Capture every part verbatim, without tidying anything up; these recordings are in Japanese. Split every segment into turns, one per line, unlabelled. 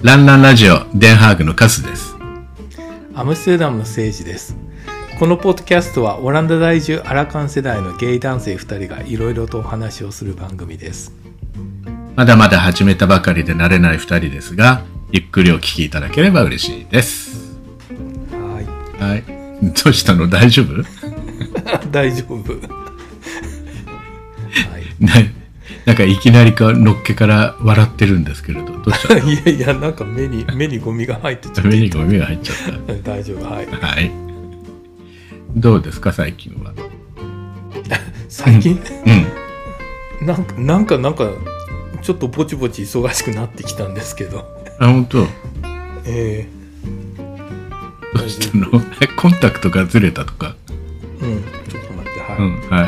ランランラジオデンハーグのカスです。
アムステルダムのセイジです。このポッドキャストはオランダ在住アラカン世代のゲイ男性ふたりがいろいろとお話をする番組です。
まだまだ始めたばかりで慣れないふたりですが、ゆっくりお聞きいただければ嬉しいです。
はい
はい。どうしたの？大丈夫？
大丈夫。はい。
な, なんかいきなりかのっけから笑ってるんですけれど、どうしたの？
いやいや、なんか目に目にゴミが入ってちゃった。
目にゴミが入っちゃった。
大丈夫。はい。
はい。どうですか最近は？
最近？
うん。
なんかなんかなんかちょっとぼちぼち忙しくなってきたんですけど。
あ、本当？
ええ
ー。どうしたの？コンタクトがずれたとか？
うん。ちょっと待って。はい。
うん、はい。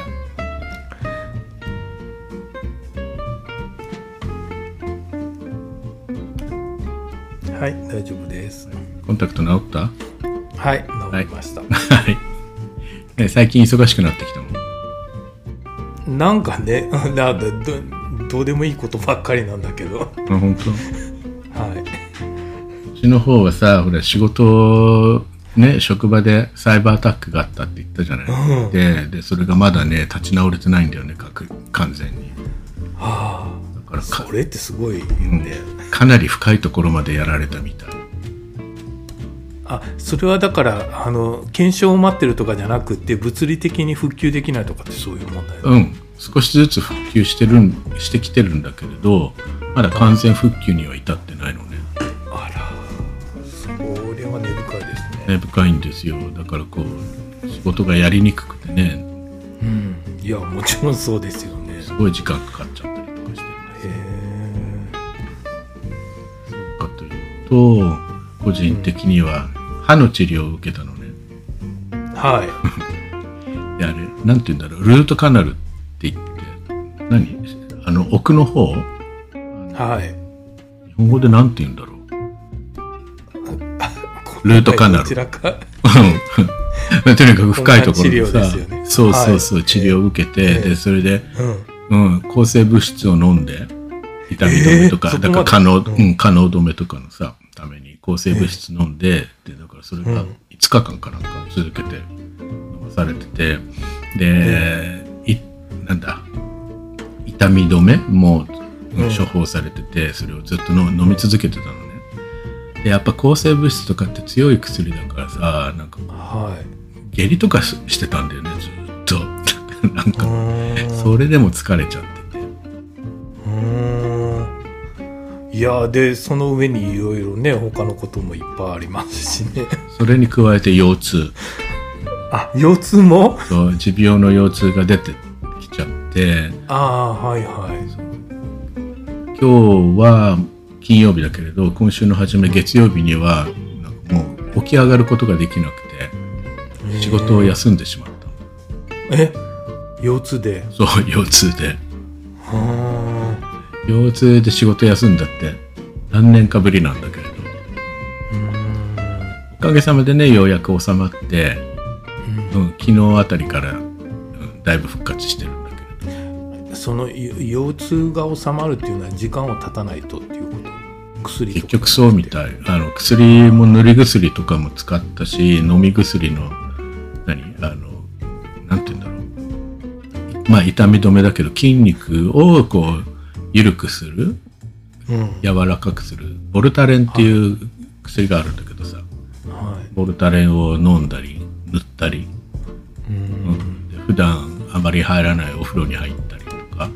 はい、大丈夫です。
コンタクト治った？
はい、治りました。
はい。ね、最近忙しくなってきたもん。
なんかね、だどどうでもいいことばっかりなんだけど。
あ、本当？
はい。
うちの方はさ、ほら仕事ね、職場でサイバーアタックがあったって言ったじゃない。うん、で, でそれがまだね立ち直れてないんだよね、完全に。
はあ。だからそれってすごいね、
うん、かなり深いところまでやられたみたい。
あ、それはだからあの検証を待ってるとかじゃなくて物理的に復旧できないとかってそういう問題？
うん、少しずつ復旧してるんしてきてるんだけれど、まだ完全復旧には至ってないのね。
あら、それは根深いですね。
根深いんですよ。だからこう仕事がやりにくくてね。
うん、いやもちろんそうですよね。
すごい時間かかっちゃったりとかしてるんですよ。
へ
え。そうかというと、個人的には歯の治療を受けたのね。
はい。
であれなんて言うんだろう、ルートカナルって言って何あの奥の方。
はい。
日本語でなんて言うんだろう。ルートカナル。
どちらか。
とにかく深いところでさ、
ね、
そうそうそう、はい、治療を受けて、えー、でそれで、うんうん、抗生物質を飲んで痛み止めとか、えー、だから可能、うん、可能止めとかのさために抗生物質飲んで、えー、でだからそれがいつかかんかなんか続けて飲まされてて、で、えー、いなんだ痛み止めも処方されてて、それをずっと飲み続けてたのね。でやっぱ抗生物質とかって強い薬だからさ、なんか、はい、下痢とかしてたんだよね、ずっと。なんかそれでも疲れちゃってて。
うーん、いやでその上にいろいろね他のこともいっぱいありますしね。
それに加えて腰痛。
あ、腰痛も？
そう、持病の腰痛が出てきちゃって。
ああ、はいはい。
今日は金曜日だけれど、今週の初め月曜日にはなんかもう起き上がることができなくて仕事を休んでしまった。
え、腰痛で？
そう、腰痛で。
は
あ。腰痛で仕事休んだって何年かぶりなんだけれど、うーん、おかげさまでねようやく収まって、うんうん、昨日あたりから、うん、だいぶ復活してるんだけれど。
その腰痛が収まるっていうのは時間を経たないとっていうこと？薬とか？
結局そうみたい。あの薬も塗り薬とかも使ったし、飲み薬の何あのなんて言うんだろう、まあ痛み止めだけど筋肉をこう緩くする、うん、柔らかくするボルタレンっていう薬があるんだけどさ、はい、ボルタレンを飲んだり塗ったり、うん、うん、で普段あまり入らないお風呂に入ったりとか。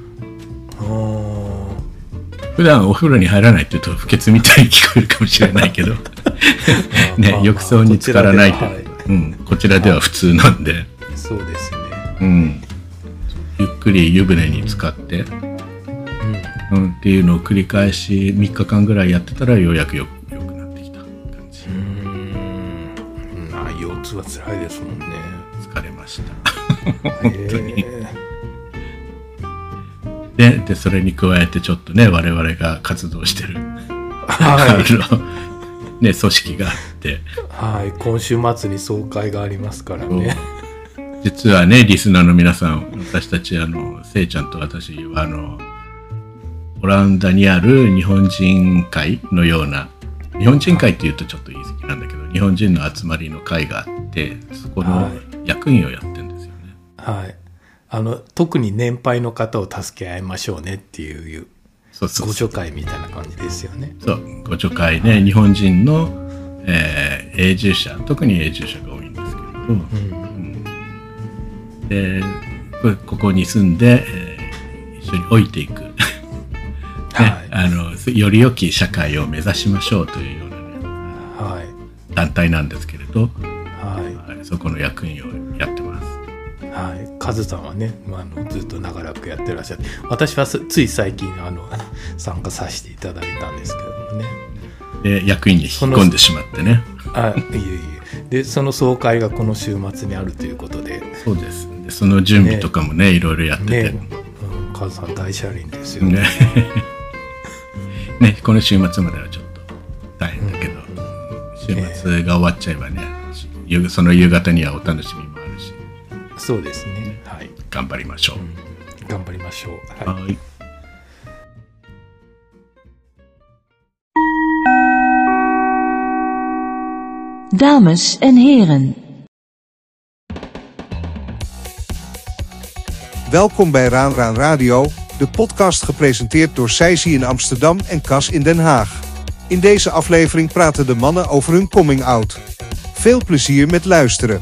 普段お風呂に入らないって言うと不潔みたいに聞こえるかもしれないけどね、浴槽に浸からないと、はい、うん、こちらでは普通なんで、
そうですね、
うん、ゆっくり湯船に浸かって、うんうん、っていうのを繰り返しみっかかんぐらいやってたらようやくよくなってきた感じ。うー
ん、まあ腰痛は辛いですもんね。
疲れました本当に。で, でそれに加えてちょっとね我々が活動してる、はい、ね、組織があって、
はい、今週末に総会がありますからね。
実はねリスナーの皆さん、私たちあのせいちゃんと私はあのオランダにある日本人会のような日本人会っていうとちょっと言い過ぎなんだけど、日本人の集まりの会があって、そこの役員をやってるんですよね。
はい。あの、特に年配の方を助け合いましょうねっていう、
そうそうそう、
互助会みたいな感じですよね。
そう、互助会ね、はい、日本人の、えー、永住者、特に永住者が多いんですけれど、うんうん、で、ここに住んで、えー、一緒に老いていく、ね、はい、あのより良き社会を目指しましょうというような、ね、はい、団体なんですけれど、はいはい、そこの役員をやってます。
はい、カズさんはね、あのずっと長らくやってらっしゃって、私はつい最近あの参加させていただいたんですけどもね。
で、役員に引き込んでしまってね。
あ、いえいえ。で、その総会がこの週末にあるということで。
そうです。で、その準備とかもね、ね、いろいろやってて。ね、
うん、カズさん大車輪ですよね。
ね、この週末まではちょっと大変だけど、うん、週末が終わっちゃえばね、えー、その夕方にはお楽しみもあるし。
そうですね。はい。
頑張りましょう。
うん、頑張りましょう。はい。はい。
Dames en heren.
Welkom bij Raan Raan Radio, de podcast gepresenteerd door Sijsie in Amsterdam en Cas in Den Haag. In deze aflevering praten de mannen over hun coming out. Veel plezier met luisteren.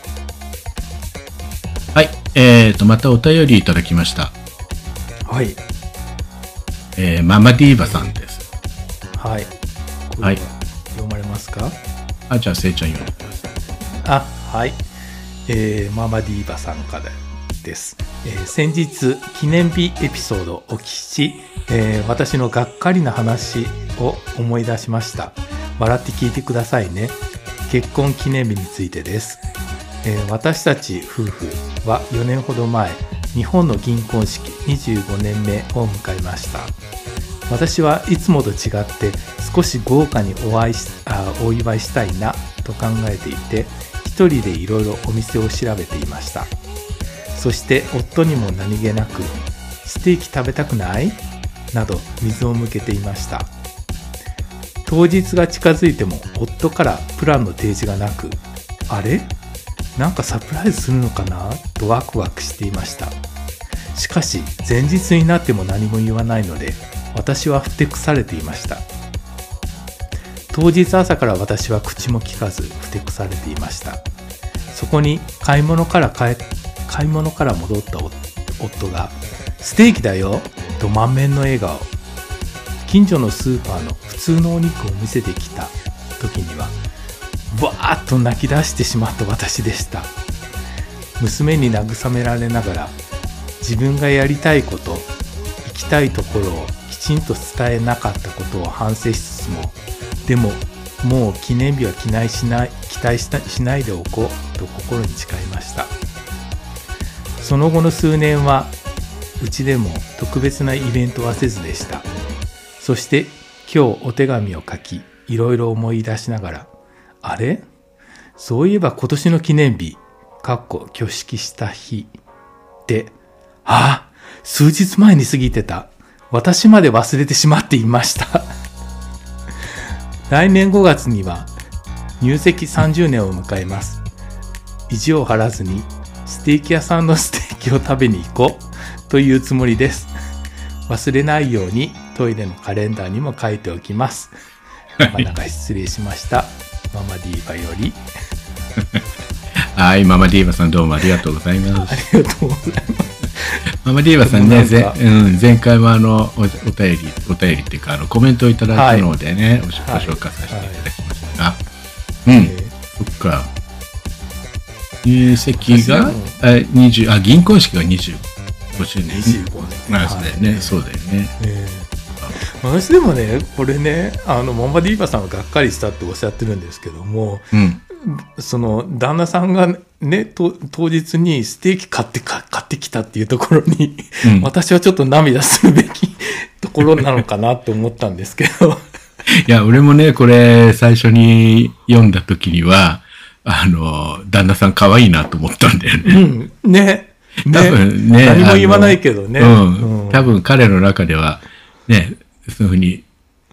はい、えーと、またお便りいただきました。
はい。
えー、ママディーバさんです。
はい。はい。読まれますか？
あ、じゃあ、せいちゃん読んでください。
あ、はい。えー、ママディーバさんからです。えー、先日、記念日エピソードをお聞きし、えー、私のがっかりな話を思い出しました。笑って聞いてくださいね。結婚記念日についてです。えー、私たち夫婦はよねんほど前、日本の銀婚式にじゅうごねんめを迎えました。私はいつもと違って少し豪華にお会いしあお祝いしたいなと考えていて、一人でいろいろお店を調べていました。そして夫にも何気なく、ステーキ食べたくない?など水を向けていました。当日が近づいても夫からプランの提示がなく、あれ?なんかサプライズするのかなとワクワクしていました。しかし前日になっても何も言わないので、私はふてくされていました。当日朝から私は口も聞かずふてくされていました。そこに買い物から帰買い物から戻った夫が、ステーキだよと満面の笑顔。近所のスーパーの普通のお肉を見せてきた時には、わーっと泣き出してしまった私でした。娘に慰められながら、自分がやりたいこと、行きたいところをきちんと伝えなかったことを反省しつつも、でももう記念日は期待しない、期待しないでおこうと心に誓いました。その後の数年はうちでも特別なイベントはせずでした。そして今日お手紙を書き、いろいろ思い出しながら、あれ?そういえば今年の記念日、かっこ挙式した日で、ああ、数日前に過ぎてた。私まで忘れてしまっていました。来年ごがつには入籍さんじゅうねんを迎えます。意地を張らずにステーキ屋さんのステーキを食べに行こうというつもりです。忘れないようにトイレのカレンダーにも書いておきます。まあ、なんか失礼しました。ママディーバより。
はい、ママディーバさんどうもありがとうございます。
ありがとうございます。
ママディーバさんね、ぜうん、前回もあの お, お便りお便りっていうかあのコメントをいただいたのでね、はい、ご紹介させていただきましたが、はい、うん、そっか。入籍がにじゅうあ銀婚式がにじゅうごしゅうねん。にじゅうごねん。まあ、そうだよね。そうだよね。え
ー、私でもね、これね、あのママディーバさんはがっかりしたっておっしゃってるんですけども、うん、その旦那さんがね、と当日にステーキ買ってか買ってきたっていうところに、うん、私はちょっと涙するべきところなのかなと思ったんですけど。
いや、俺もね、これ最初に読んだ時には、あの旦那さん可愛いなと思ったんだよね。
うん、ね。多分ね、何も言わないけどね。
うん。多分彼の中ではね、そういうふうにス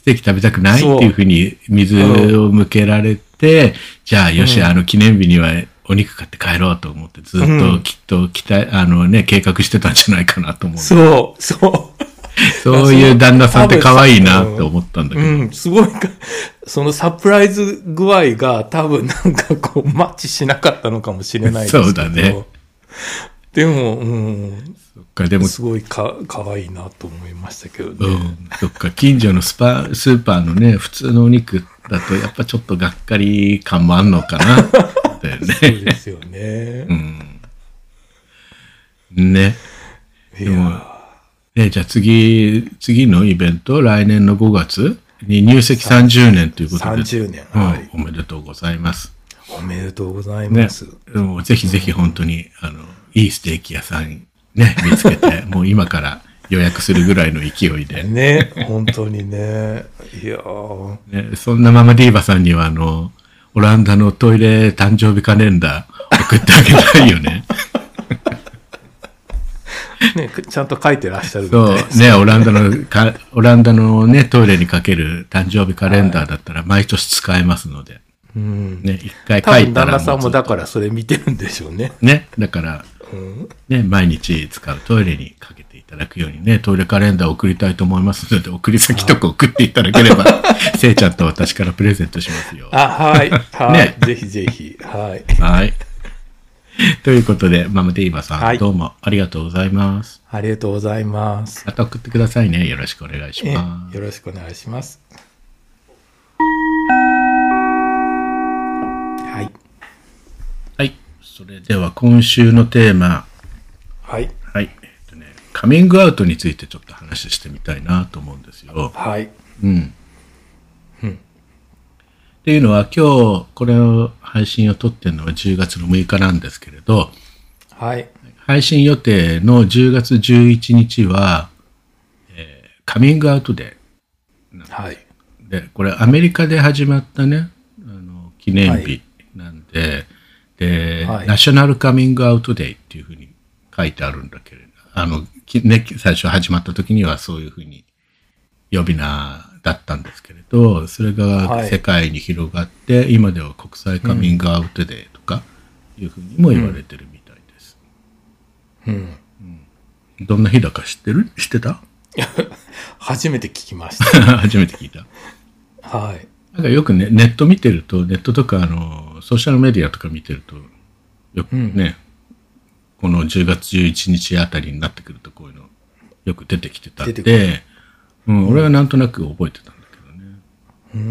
テーキ食べたくないっていうふうに水を向けられて、じゃあよし、うん、あの記念日にはお肉買って帰ろうと思ってずっときっと期待、あのね、計画してたんじゃないかなと思う。
そう、そう。
そういう旦那さんって可愛いなって思ったんだけど。
うん、すごいか、そのサプライズ具合が多分なんかこうマッチしなかったのかもしれないですけど。
そうだね。
でも、うん。
そっか、でも。
すごいか、可愛いなと思いましたけどね。
うん。そっか、近所のスパ、スーパーのね、普通のお肉だとやっぱちょっとがっかり感もあんのかな。だよね。そう
ですよね。
うん。ね。でも、ね、じゃあ次、次のイベント、来年のごがつに入籍さんじゅうねんということで。
さんじゅうねん。
はい、うん。おめでとうございます。
おめでとうございます。
ね、もうぜひぜひ本当に、あの、いいステーキ屋さんね、見つけて、もう今から予約するぐらいの勢いで。
ね、本当にね。いやー。
ね、そんなママディーバさんには、あの、オランダのトイレ誕生日カレンダー送ってあげたいよね。
ね、ちゃんと書いてらっしゃるみたいです
そう、ね、オランダのか、オランダのね、トイレにかける誕生日カレンダーだったら毎年使えますので。
うん、
ね、一回書いたら。
旦那さんもだからそれ見てるんでしょうね。
ね、だから、うん、ね、毎日使うトイレにかけていただくようにね、トイレカレンダーを送りたいと思いますので、送り先とか送っていただければ、せいちゃんと私からプレゼントしますよ。
あ、はい。はい。ね、ぜひぜひ。はい。
はい。ということで、ママディーバさん、はい、どうもありがとうございます。
ありがとうございます。
また送ってくださいね。よろしくお願いします。
よろしくお願いします。はい。
はい。それでは今週のテーマ。
はい。
はい。えっとね、カミングアウトについてちょっと話してみたいなと思うんですよ。
はい。
うん。うん。っていうのは今日これを配信を撮ってるのはじゅうがつのむいかなんですけれど、
はい。
配信予定のじゅうがつじゅういちにちは、えー、カミングアウトデー。
はい。
で、これアメリカで始まったね、あの記念日なんで、はい、で、はい、ナショナルカミングアウトデーっていうふうに書いてあるんだけれど、あの、ね、最初始まった時にはそういうふうに呼び名だったんですけれど、それが世界に広がって、はい、今では国際カミングアウトデーとかいうふうにも言われてるみたいです。
うん。
うん、どんな日だか知ってる？知ってた？
初めて聞きました。
初めて聞いた。
はい。
なんかよくね、ネット見てると、ネットとかあの、ソーシャルメディアとか見てると、よくね、うん、このじゅうがつじゅういちにちあたりになってくるとこういうのよく出てきてたんで、うん、俺はなんとなく覚えてたんだけどね。
うーん。うん、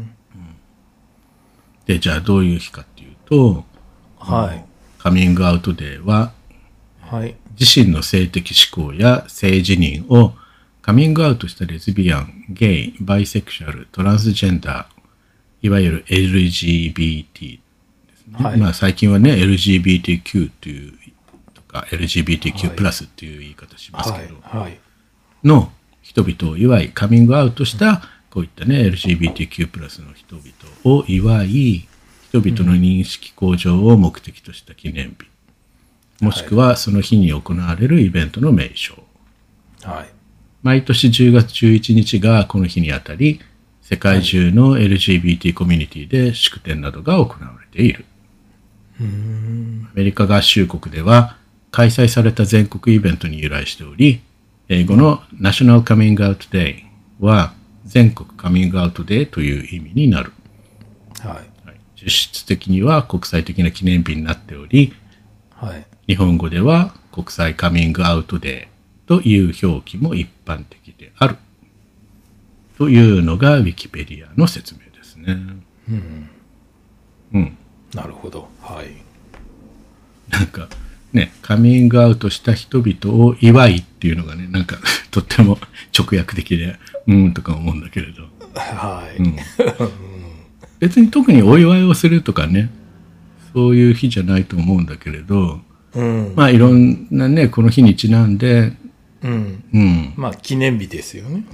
で、じゃあどういう日かっていうと、
はい。
カミングアウトデーは、
はい、
自身の性的指向や性自認をカミングアウトしたレズビアン、ゲイ、バイセクシュアル、トランスジェンダー、いわゆる エルジービーティー ですね。はい、まあ最近はね、エルジービーティーキュー というとか エルジービーティーキュー プラスっていう言い方しますけど、
はいはい、
の人々を祝い、カミングアウトしたこういったね、エルジービーティーキュー プラスの人々を祝い、人々の認識向上を目的とした記念日。もしくはその日に行われるイベントの名称。
はい。
毎年じゅうがつじゅういちにちがこの日にあたり、世界中の エルジービーティー コミュニティで祝典などが行われている。
うーん。
アメリカ合衆国では開催された全国イベントに由来しており、英語の National Coming Out Day は全国カミングアウトデーという意味になる。
はい。
実質的には国際的な記念日になっており、
はい、
日本語では国際カミングアウトデーという表記も一般的であるというのがウィキペディアの説明ですね。
うん。
うん。
なるほど。はい。
なんかね、カミングアウトした人々を祝いっていうのがね、なんかとっても直訳的で、うんとか思うんだけれど。
はい。
うん別に特にお祝いをするとかね、そういう日じゃないと思うんだけれど、
うん、
まあいろんなね、この日にちなんで、
うん。
うん、
まあ記念日ですよね。
うん。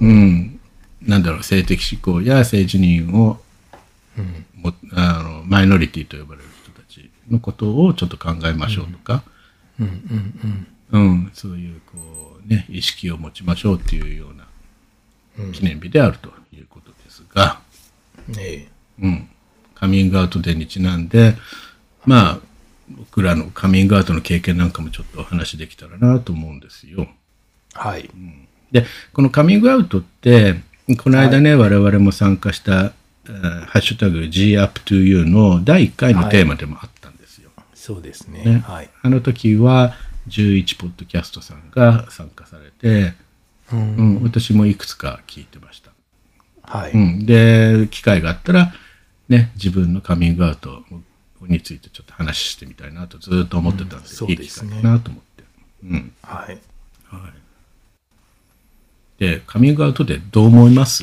なんだろう、性的指向や性自認を、
うん、
もあのマイノリティと呼ばれる人たちのことをちょっと考えましょうとか、
うんうんうん
うん、そういうこうね、意識を持ちましょうっていうような記念日であるということですが、
ええ、
うん、カミングアウトデーにちなんで、まあ僕らのカミングアウトの経験なんかもちょっとお話できたらなと思うんですよ。
はい。
うん、でこのカミングアウトってこの間ね、はい、我々も参加した「ハッシュタグ ジーアップトゥーユー」のだいいっかいのテーマでもあったんですよ。
はい、そうですね。
ね、
はい、
あの時はじゅういちポッドキャストさんが参加されて、うんうん、私もいくつか聞いてました。
はい、
うん、で機会があったら、ね、自分のカミングアウトについてちょっと話してみたいなとずっと思ってたんで、うん、いい機会かなと思って。うん、
はい。
はい。で、カミングアウトでどう思います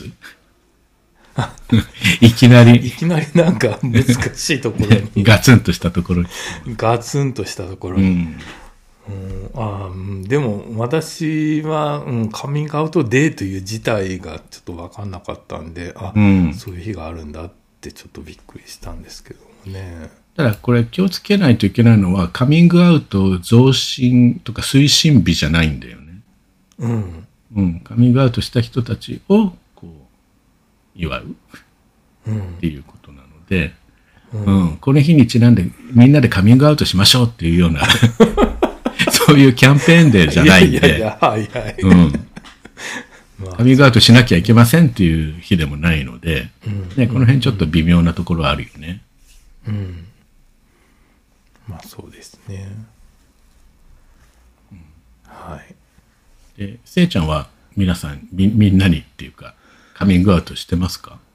いきなり。
いきなりなんか難しいところに。
ガツンとしたところに。
ガツンとしたところに。うんうん、あでも私は、うん、カミングアウトデーという自体がちょっと分かんなかったんで、あ、うん、そういう日があるんだってちょっとびっくりしたんですけどもね。
ただこれ気をつけないといけないのはカミングアウト増進とか推進日じゃないんだよね。うん。うん、カミングアウトした人たちをこう祝う、うん、っていうことなので、うんうん、この日にちなんでみんなでカミングアウトしましょうっていうようなそういうキャンペーンデーじゃないんで、いやいやはいはい、うん、カミングアウトしなきゃいけませんっていう日でもないので、うんね、この辺ちょっと微妙なところはあるよね。うん、
まあそうですね。うん、はい。
で、せいちゃんは皆さんみ、みんなにっていうかカミングアウトしてますか？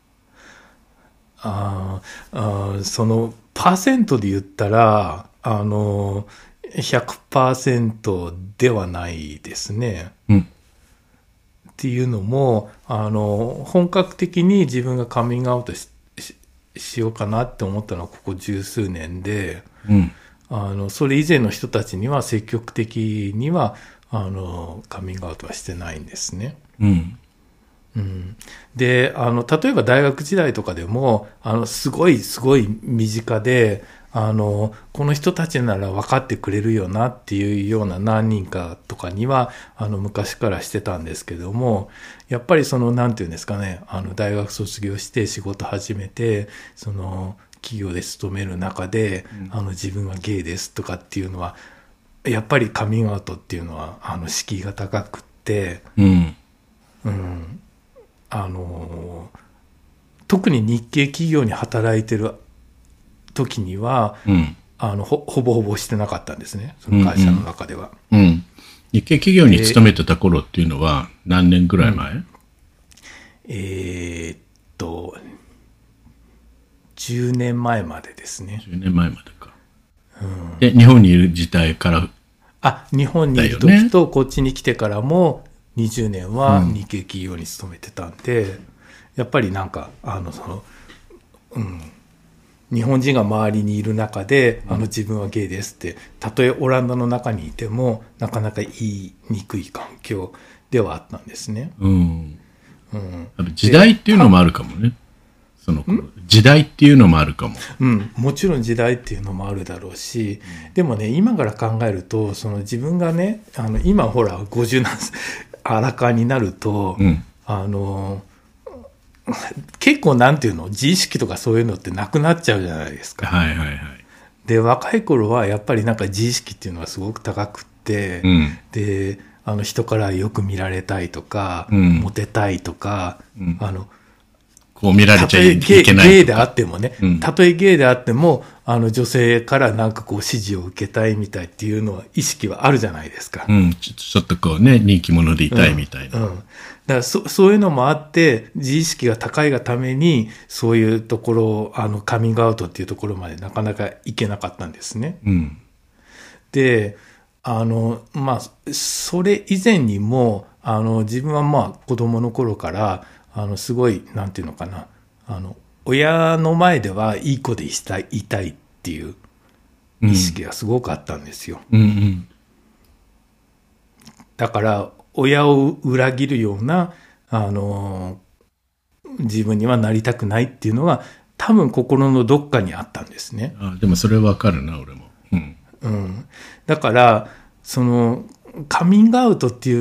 ああ、そのパーセントで言ったらあの ひゃくパーセント ではないですね。うん。っていうのもあの本格的に自分がカミングアウト し, し, しようかなって思ったのはここ十数年で、うん、あのそれ以前の人たちには積極的にはあのカミングアウトはしてないんですね。うんうん、であの例えば大学時代とかでもあのすごいすごい身近であのこの人たちなら分かってくれるよなっていうような何人かとかにはあの昔からしてたんですけども、やっぱりそのなんていうんですかね、あの大学卒業して仕事始めてその企業で勤める中で、うん、あの自分はゲイですとかっていうのはやっぱりカミングアウトっていうのはあの敷居が高くって、うんうんあの特に日系企業に働いてる時には、うん、あの ほ, ほぼほぼしてなかったんですね、その会社の中では。
うんうん、日系企業に勤めてた頃っていうのは何年ぐらい前？うん、
えー、っとじゅうねんまえまでですね。
じゅうねんまえまでか。うん、で日本にいる時代から、
あ、日本にいる時とこっちに来てからもにじゅうねんは日系企業に勤めてたんで、うん、やっぱりなんかあのその、うん、日本人が周りにいる中で、うん、あの自分はゲイですってたとえオランダの中にいてもなかなか言いにくい環境ではあったんですね。うん
うん、時代っていうのもあるかもね。その時代っていうのもあるかも、
うん、もちろん時代っていうのもあるだろうし、うん、でもね今から考えるとその自分がねあの今ほらごじゅう何歳荒川になると、うん、あの結構なんていうの自意識とかそういうのってなくなっちゃうじゃないですか。
はいはいはい。
で若い頃はやっぱりなんか自意識っていうのはすごく高くって、うん、であの人からよく見られたいとか、うん、モテたいとか、うん、あの
こう見られちゃいけないとか、
ゲイであってもね、うん、たとえゲイであってもあの女性からなんかこう支持を受けたいみたいっていうのは意識はあるじゃないですか。
うん、ちょ、ちょっとこうね人気者でいたいみたいな。うんうん、だ
からそそういうのもあって自意識が高いがためにそういうところをあのカミングアウトっていうところまでなかなかいけなかったんですね。うん、であのまあそれ以前にもあの自分はまあ子供の頃からあのすごいなんていうのかなあの親の前ではいい子でいたい、いたいっていう意識がすごくあったんですよ。うんうんうん、だから親を裏切るようなあの自分にはなりたくないっていうのは多分心のどっかにあったんですね。
あでもそれわかるな俺も、うん
うん。だからそのカミングアウトっていう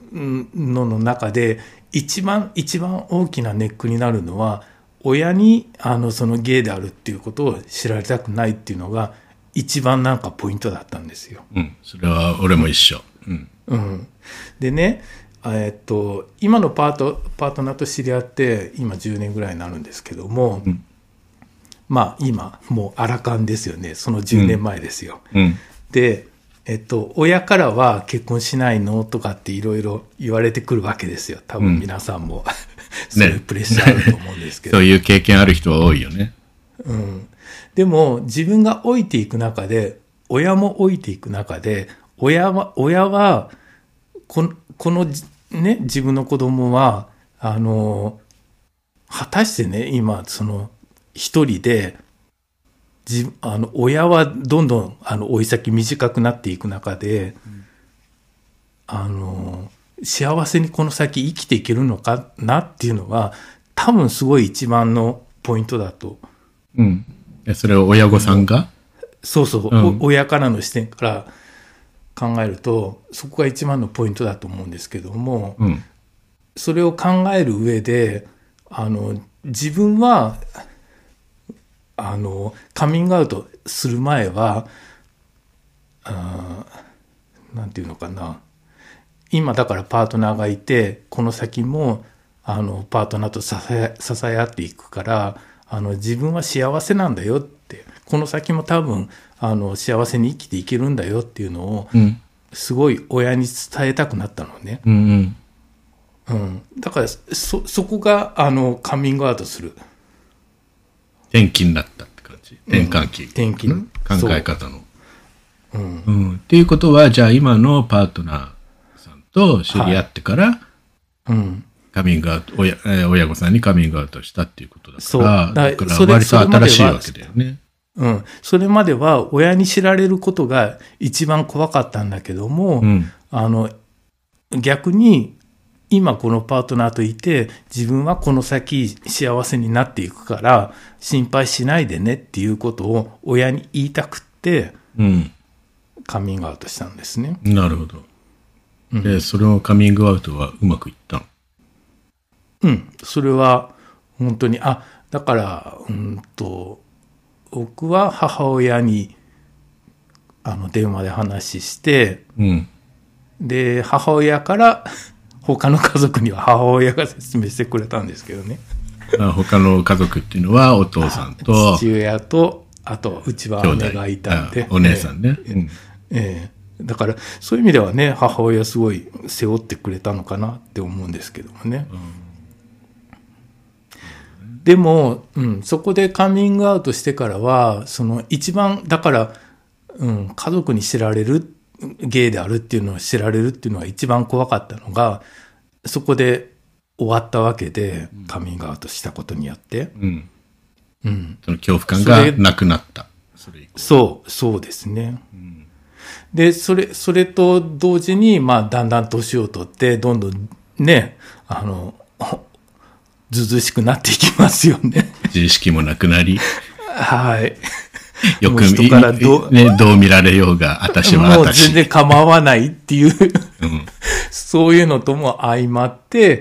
のの中で一番一番大きなネックになるのは、親にあのそのゲイであるっていうことを知られたくないっていうのが一番なんかポイントだったんですよ。
うん、それは俺も一緒。うん。
うん、でね、えっと今のパートパートナーと知り合って今じゅうねんぐらいになるんですけども、うん、まあ今もうアラカンですよね。そのじゅうねんまえですよ。
うん、
で、えっと親からは結婚しないのとかっていろいろ言われてくるわけですよ。多分皆さんも、うん、そういうプレッシャーあると思うんですけど、
ね、そういう経験ある人は多いよね。
うん。でも自分が老いていく中で、親も老いていく中で、親は親はこの、このね、自分の子供はあの果たしてね、今その一人で自あの親はどんどんあの老い先短くなっていく中で、うん、あの幸せにこの先生きていけるのかなっていうのは多分すごい一番のポイントだと。
うん。それを親御さんが、うん、
そうそう、うん、親からの視点から考えるとそこが一番のポイントだと思うんですけども、うん、それを考える上であの自分はあのカミングアウトする前はあなんていうのかな、今だからパートナーがいてこの先もあのパートナーと支え、支え合っていくからあの自分は幸せなんだよって、この先も多分あの幸せに生きていけるんだよっていうのを、うん、すごい親に伝えたくなったのね、
うん
うんうん、だから そ, そこがあのカミングアウトする
転機になったって感じ、転換期、うん、
転機の
考え方の、
うん
うん、っていうことはじゃあ今のパートナーさんと知り合ってから、はい、うんカミングアウト 親, 親御さんにカミングアウトしたっていうことだから、そうだから割と新しいわけだよね。
うん、それまでは親に知られることが一番怖かったんだけども、うん、あの逆に今このパートナーといて自分はこの先幸せになっていくから心配しないでねっていうことを親に言いたくって、うん、カミングアウトしたんですね。
なるほど。で、うん、それをカミングアウトはうまくいったの？
うん、それは本当に、あ、だから、うんと、僕は母親にあの電話で話して、うん、で、母親から他の家族には母親が説明してくれたんですけどね。
他の家族っていうのはお父さんと
父親と、あとうちは姉がいたんで。
お姉さんね。
えーうんえー、だからそういう意味ではね、母親すごい背負ってくれたのかなって思うんですけどもね。うんでも、うん、そこでカミングアウトしてからはその一番だから、うん、家族に知られるゲイであるっていうのを知られるっていうのが一番怖かったのがそこで終わったわけで、うん、カミングアウトしたことによって、うん
うん、その恐怖感がなくなった。
それそうそうですね、うん、でそれそれと同時に、まあ、だんだん年を取ってどんどんねあのずうずうしくなっていきますよね。
自意識もなくなり。
はい。
よく見からどう、ね、どう見られようが、私は私。
もう全然構わないっていう、うん、そういうのとも相まって、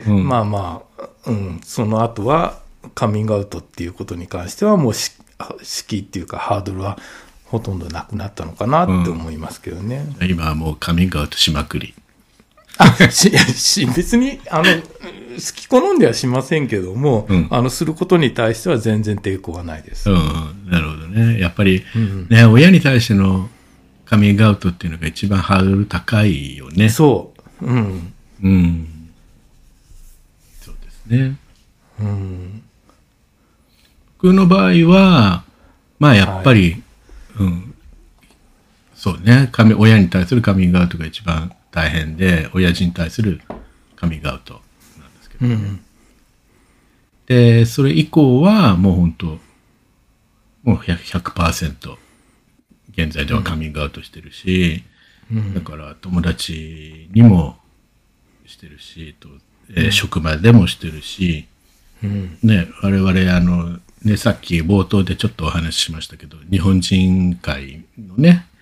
うん、まあまあ、うん、その後はカミングアウトっていうことに関してはもうし敷居っていうかハードルはほとんどなくなったのかなって思いますけどね。
うん、今はもうカミングアウトしまくり。
あしし別にあの好き好んではしませんけども、うん、あのすることに対しては全然抵抗はないです。
うん、なるほどね。やっぱり、うんね、親に対してのカミングアウトっていうのが一番ハードル高いよね。
そう。うん。
うん。そうですね。
うん。
僕の場合は、まあやっぱり、はい、うん。そうね。親に対するカミングアウトが一番大変で、親父に対するカミングアウトなんですけど、ね、うん、でそれ以降はもう本当もう ひゃくパーセント 現在ではカミングアウトしてるし、うん、だから友達にもしてるし、とえーうん、職場でもしてるし、うんね、我々あの、ね、さっき冒頭でちょっとお話ししましたけど日本人会のね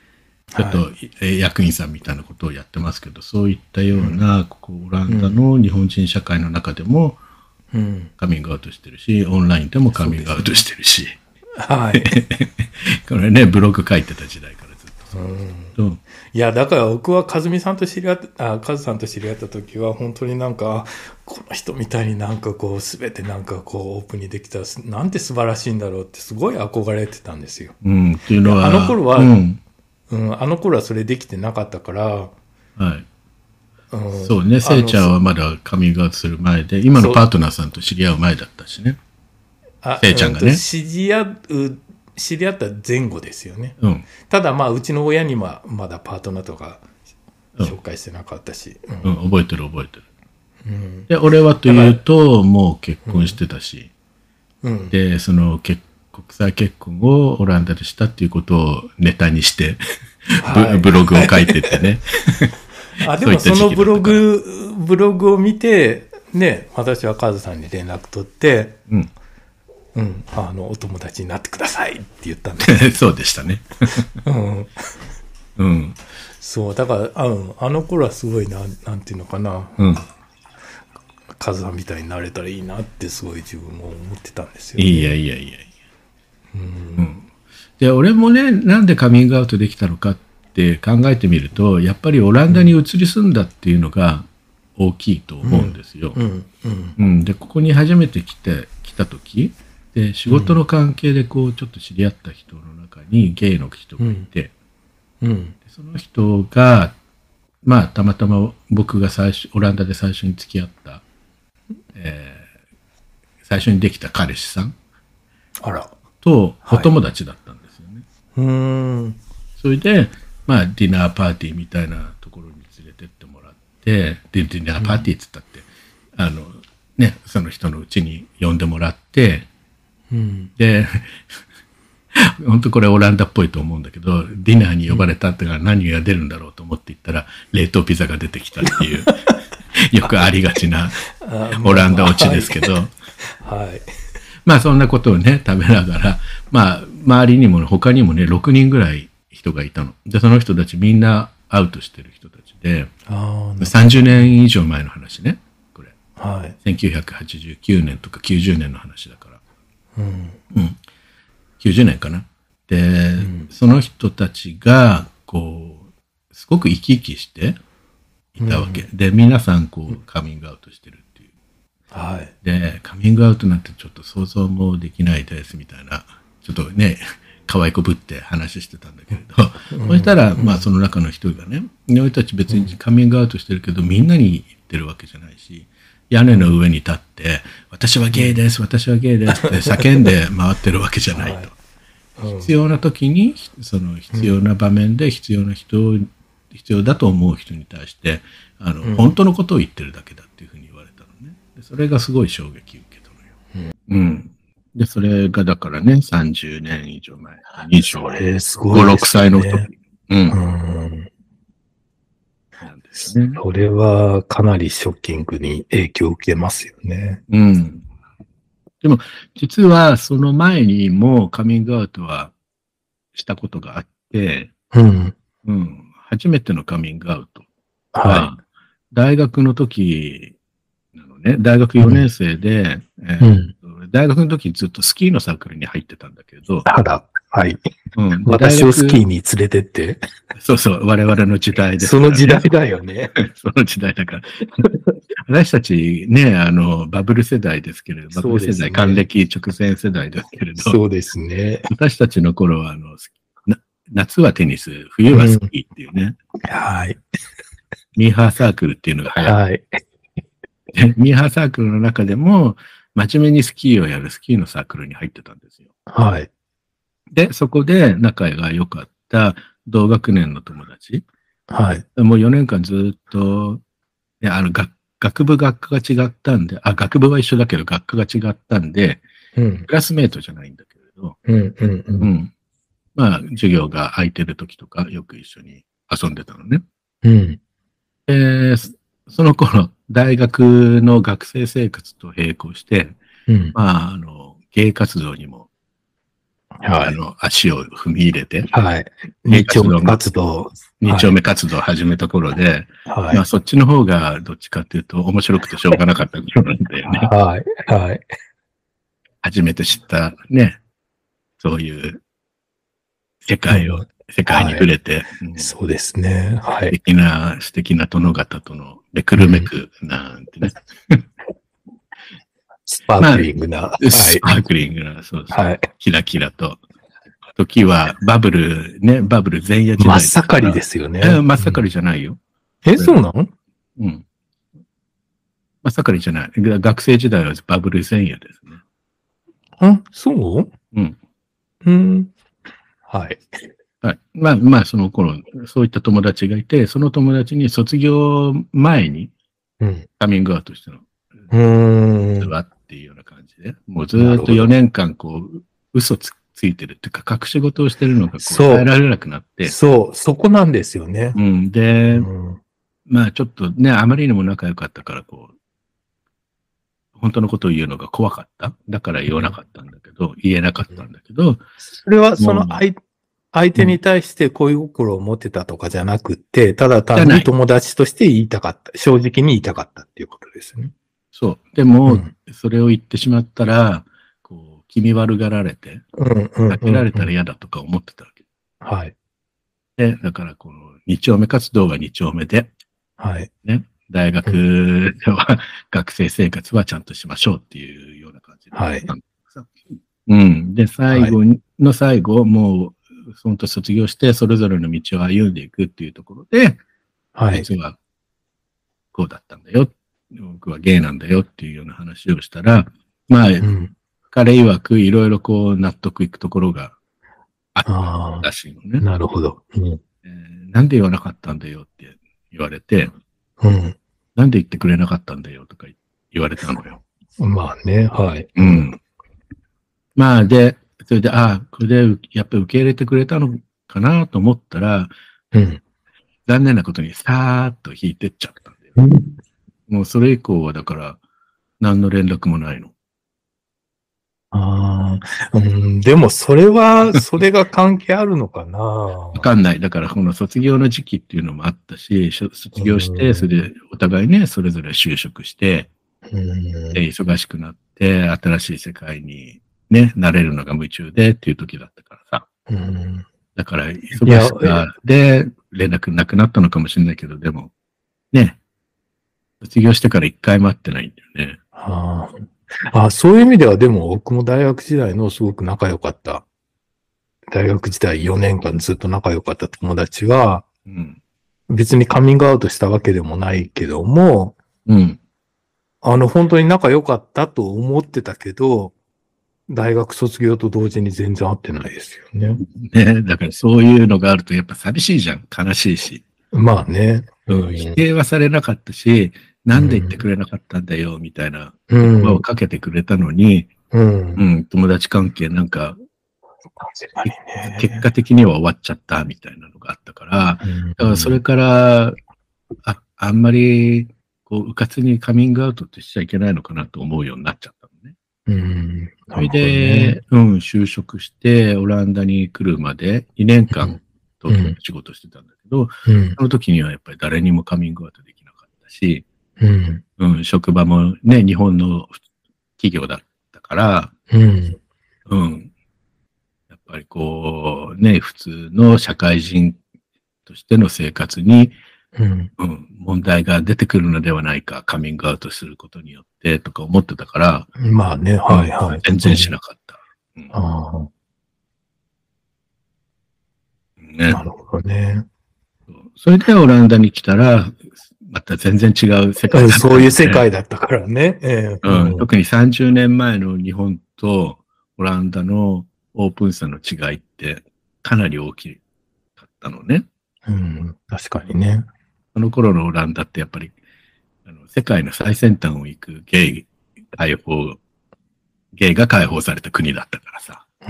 ちょっと、えー役員さんみたいなことをやってますけど、そういったような、ここオランダの日本人社会の中でも
うん。
カミングアウトしてるし、オンラインでもカミングアウトしてるし、
はい。
これね、ブログ書いてた時代からずっとそうですけど、
いや、だから僕は和美さんと知り合った、あ、和さんと知り合った時は、本当になんか、この人みたいになんかこう、すべてなんかこう、オープンにできたら、なんて素晴らしいんだろうってすごい憧れてたんですよ。
うん、っていうのは、
あの頃は
うん、
うん、あの頃はそれできてなかったから、
はい。
うん、
そうね、せいちゃんはまだカミングアウトする前で、今のパートナーさんと知り合う前だったしね。
あ
せいちゃんがね
うんと知り合う、知り合った前後ですよね。
うん。
ただまあ、うちの親にはまだパートナーとか
うん
紹介してなかったし。うん
うん、覚えてる覚えてる。
うん
で、俺はというと、もう結婚してたし、
うん
で、その結国際結婚をオランダでしたっていうことをネタにして、
はい
ブブログを書いててね。
あ、で
そういった時期
もそのブロ
だったから
グ、ブログを見て、ね、私はカズさんに連絡取って、
うん。
うん、あの、お友達になってくださいって言ったんで。
そうでしたね。
うん。
うん。
そう、だから、あの、あの頃はすごいな、なんていうのかな、
うん。
カズさんみたいになれたらいいなってすごい自分も思ってたんですよ、ね。
いやいやいやいや。うん。で、俺もね、なんでカミングアウトできたのかって考えてみると、やっぱりオランダに移り住んだっていうのが大きいと思うんですよ。
うん、うん、
うん、でここに初めて来て来た時で仕事の関係でこうちょっと知り合った人の中にゲイの人がいて、
うん、
でその人がまあたまたま僕が最初オランダで最初に付き合った、えー最初にできた彼氏さん
あら。
とお友達だったんですよね。
うーん。
それでまあディナーパーティーみたいなところに連れてってもらってでディナーパーティーっつったって、あのねその人のうちに呼んでもらって
うん。
で本当これオランダっぽいと思うんだけどディナーに呼ばれたってから何が出るんだろうと思って行ったら冷凍ピザが出てきたっていうよくありがちなオランダオチですけど、
はい。
まあそんなことをね食べながらまあ周りにも他にもねろくにんぐらい人がいたのでその人たちみんなアウトしてる人たちで
ああ、
さんじゅうねん以上前の話ねこれ
はい。
せんきゅうひゃくはちじゅうきゅうねんとかきゅうじゅうねんの話だから
うん。
うんきゅうじゅうねんかなで、その人たちがこうすごく生き生きしていたわけ、で皆さんこうカミングアウトしてるっていう
はい。
でカミングアウトなんてちょっと想像もできないですみたいなちょっとね可愛いこぶって話してたんだけれど、そしたらまあその中の一人がね俺たち別にカミングアウトしてるけどみんなに言ってるわけじゃないし屋根の上に立って私はゲイです私はゲイですって叫んで回ってるわけじゃないと、
はい
必要な時にその必要な場面で必要な人を必要だと思う人に対してあの、
うん
本当のことを言ってるだけだっていうふうに言われたのね。でそれがすごい衝撃受けたのよ。うん。うん、で、それがだからね、さんじゅうねん以上前。にじゅう
それすご
ご、
いですね。
ろくさいの時。うん。
うん。
なんですね。
それはかなりショッキングに影響を受けますよね。
うん。でも、実はその前にもカミングアウトはしたことがあって、
うん。
うん。初めてのカミングアウト。
は
大学の時なのね。大学よねん生で、え
い。う
ー
ん。
大学の時ずっとスキーのサークルに入ってたんだけど、
ただ、はい。
うん、で
私を
大学
スキーに連れてって。
そうそう、我々の時代です
そ
からね、
の時代だよね。
その時代だから。私たちね、あの、バブル世代ですけれど、バブル世代、
そうですね
還暦直前世代ですけれど、
そうですね。
私たちの頃は、あの、な夏はテニス、冬はスキーっていうね、
はい。
ミーハーサークルっていうのが流行
はい。
って、ミーハーサークルの中でも、真面目にスキーをやるスキーのサークルに入ってたんですよ。
はい。
で、そこで仲が良かった同学年の友達、
はい。
もうよねんかんずっと、ね、あの学、学部学科が違ったんで、あ、学部は一緒だけど学科が違ったんで、
うん。
クラスメイトじゃないんだけれど、
うん。うん。う。
うんん。まあ、授業が空いてる時とか、よく一緒に遊んでたのね。
うん。
で、その頃、大学の学生生活と並行して、
うん。
まあ、あの、芸活動にも
はい。
あの、足を踏み入れて、
はい。二丁目活動。
二丁目活動を始めた頃で、
はい。
まあそっちの方がどっちかっていうと面白くてしょうがなかった頃なんだよね。
はい。はい。
初めて知ったね、そういう世界を、
うん
世界に触れて、うん
そうですね。はい。
素敵な、素敵な殿方とのめくるめくなんてね。
スパークリングな。は
ス
い。
パークリングな、そうそう。
はい。
キラキラと。時はバブル、ね、バブル前夜時代。
真っ盛りですよね。
え、真っ盛りじゃないよ。
え、そうなの？
うん。真っ盛りじゃない。学生時代はバブル前夜ですね。
あ、そう
うん。
うん。はい。
はい。まあ、まあ、その頃、そういった友達がいて、その友達に卒業前に
うん。
カミングアウトしたの。
うーん。
はっていうような感じで。もうずーっとよねんかん、こう、嘘つついてるっていうか、隠し事をしてるのが、こう、
そう
耐えられなくなって。
そう、そこなんですよね。
うん。で、
うん
まあ、ちょっとね、あまりにも仲良かったから、こう、本当のことを言うのが怖かった。だから言わなかったんだけど、言えなかったんだけど。
それはその相相手に対して恋心を持てたとかじゃなくて、ただ単に友達として言いたかった。正直に言いたかったっていうことですね。
そう。でも、
うん
それを言ってしまったら、こう、気味悪がられて、
うんうんうんうん
避けられたら嫌だとか思ってたわけ。
はい。
で、だからこの二丁目活動は二丁目で、
はい。
ね、大学では学生生活はちゃんとしましょうっていうような感じで。
はい
うん。で、最後の最後、もう、本当卒業して、それぞれの道を歩んでいくっていうところで、
はい。
実は、こうだったんだよ。僕はゲイなんだよっていうような話をしたら、まあ、
うん。
彼曰くいろいろこう納得いくところがあった
あ
らしいのね。
あ、なるほど。うん。
えーなんで言わなかったんだよって言われて、
うん。
なんで言ってくれなかったんだよとか言われたのよ。
まあね、はい。
うん。まあで、それで、ああ、これでやっぱり受け入れてくれたのかなと思ったら、
うん。
残念なことにさーっと引いてっちゃったんだよ。もうそれ以降はだから、何の連絡もないの。
ああ、うん、でもそれは、それが関係あるのかな。わ
わかんない。だから、この卒業の時期っていうのもあったし、しょ卒業し
う
て、
ん
それでお互いね、それぞれ就職して、
うん。
で忙しくなって、新しい世界にね、慣れるのが夢中でっていう時だったからさ。
うん。
だから、忙しさで連絡なくなったのかもしれないけど、でも、ね、卒業してから一回も会ってないんだよね。
あああ、そういう意味ではでも僕も大学時代のすごく仲良かった。大学時代よねんかんずっと仲良かった友達は、
うん。
別にカミングアウトしたわけでもないけども、
うん。
あの、本当に仲良かったと思ってたけど、大学卒業と同時に全然会ってないですよね。
ね、だからそういうのがあるとやっぱ寂しいじゃん。悲しいし。
まあね。
うん。否定はされなかったし、なんで言ってくれなかったんだよ、みたいな
うん。
言葉をかけてくれたのに、
うん。
うん、友達関係なんか、
確かにね。
結果的には終わっちゃったみたいなのがあったから、
うん、
だからそれから、あ、あんまり、こう、うかつにカミングアウトってしちゃいけないのかなと思うようになっちゃったのね。
うん。
それで、うん、就職して、オランダに来るまでにねんかん、東京で仕事してたんだけど、
うん。
その時にはやっぱり誰にもカミングアウトできなかったし、
うん。
うん、職場もね、日本の企業だったから、
うん。
うん。やっぱりこう、ね、普通の社会人としての生活に、
うん。
うん、問題が出てくるのではないか、カミングアウトすることによってとか思ってたから、
まあね、はいはい。
全然しなかった。うん
ああ、
ね、
なるほどね。
それでオランダに来たら、また全然違う世界だった、ね、
そういう世界だったからね。え
えうん、特にさんじゅうねんまえの日本とオランダのオープンさの違いってかなり大きかったのね。
うん、確かにね。
その頃のオランダってやっぱりあの世界の最先端を行くゲイ解放、ゲイが解放された国だったからさ。
うん、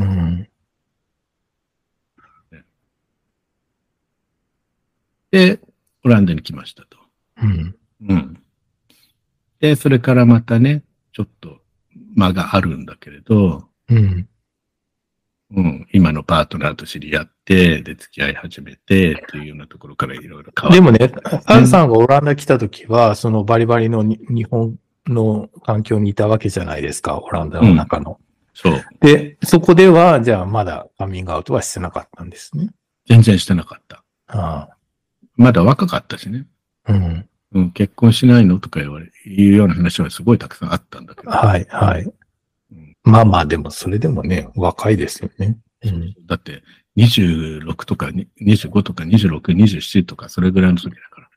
で、オランダに来ましたと。
うん。
うん。で、それからまたね、ちょっと間があるんだけれど、
うん。
うん、今のパートナーと知り合って、で、付き合い始めて、っていうようなところからいろいろ変わって。
でもね、アンさんがオランダ来た時は、そのバリバリのに日本の環境にいたわけじゃないですか、オランダの中の。
うん、そう。
で、そこでは、じゃあまだカミングアウトはしてなかったんですね。
全然してなかった。
ああ、
まだ若かったしね。
うん。
うん、結婚しないのとか言われ、いうような話はすごいたくさんあったんだけど。
はい、はい。うん、まあまあ、でもそれでもね、若いですよね。
うん、だって、にじゅうろくとかにじゅうごとかにじゅうろく、にじゅうななとか、それぐらいの時だから。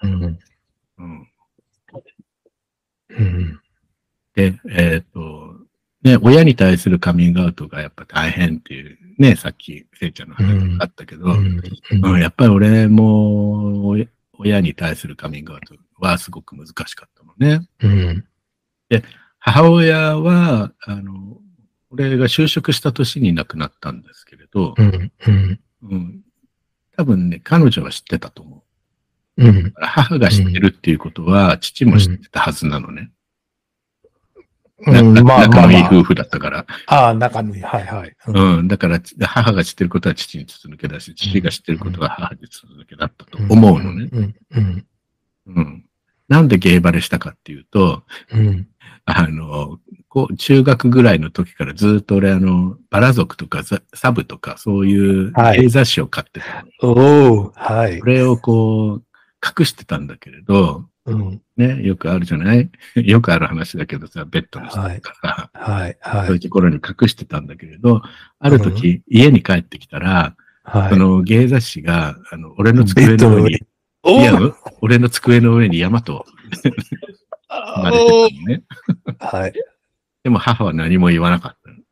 うん。うん。
うん、
で、えっと、ね、親に対するカミングアウトがやっぱ大変っていう、ね、さっき、せいちゃんの話があったけど、うんうん、やっぱり俺も、親に対するカミングアウトはすごく難しかったのね。
うん、
で、母親は、あの、俺が就職した年に亡くなったんですけれど、
うんうん
うん、多分ね、彼女は知ってたと思う。
うん、
母が知ってるっていうことは、父も知ってたはずなのね。
うん、
な
まあ、
仲のいい夫婦だったから。
ああ、仲のいい、はいはい。
うん、うん、だから、母が知ってることは父に筒抜けだし、父が知ってることは母に筒抜けだったと思うのね。
うん、うん、
うん。なんでゲイバレしたかっていうと、
うん、
あの、こう、中学ぐらいの時からずっと俺、あの、バラ族とかサブとか、そういうゲイ雑誌を買ってたの。
はい、おー、はい。
これをこう、隠してたんだけれど、うん、ね、よくあるじゃないよくある話だけどさ、ベッドの下とかさ、
はい、はい。
そういうところに隠してたんだけれど、ある時、うん、家に帰ってきたら、
はい、
そのゲイ雑誌が、あの、俺の机の上に、いや、俺の机の上に山と、生まれてたのね。
はい。
でも母は何も言わなかったの。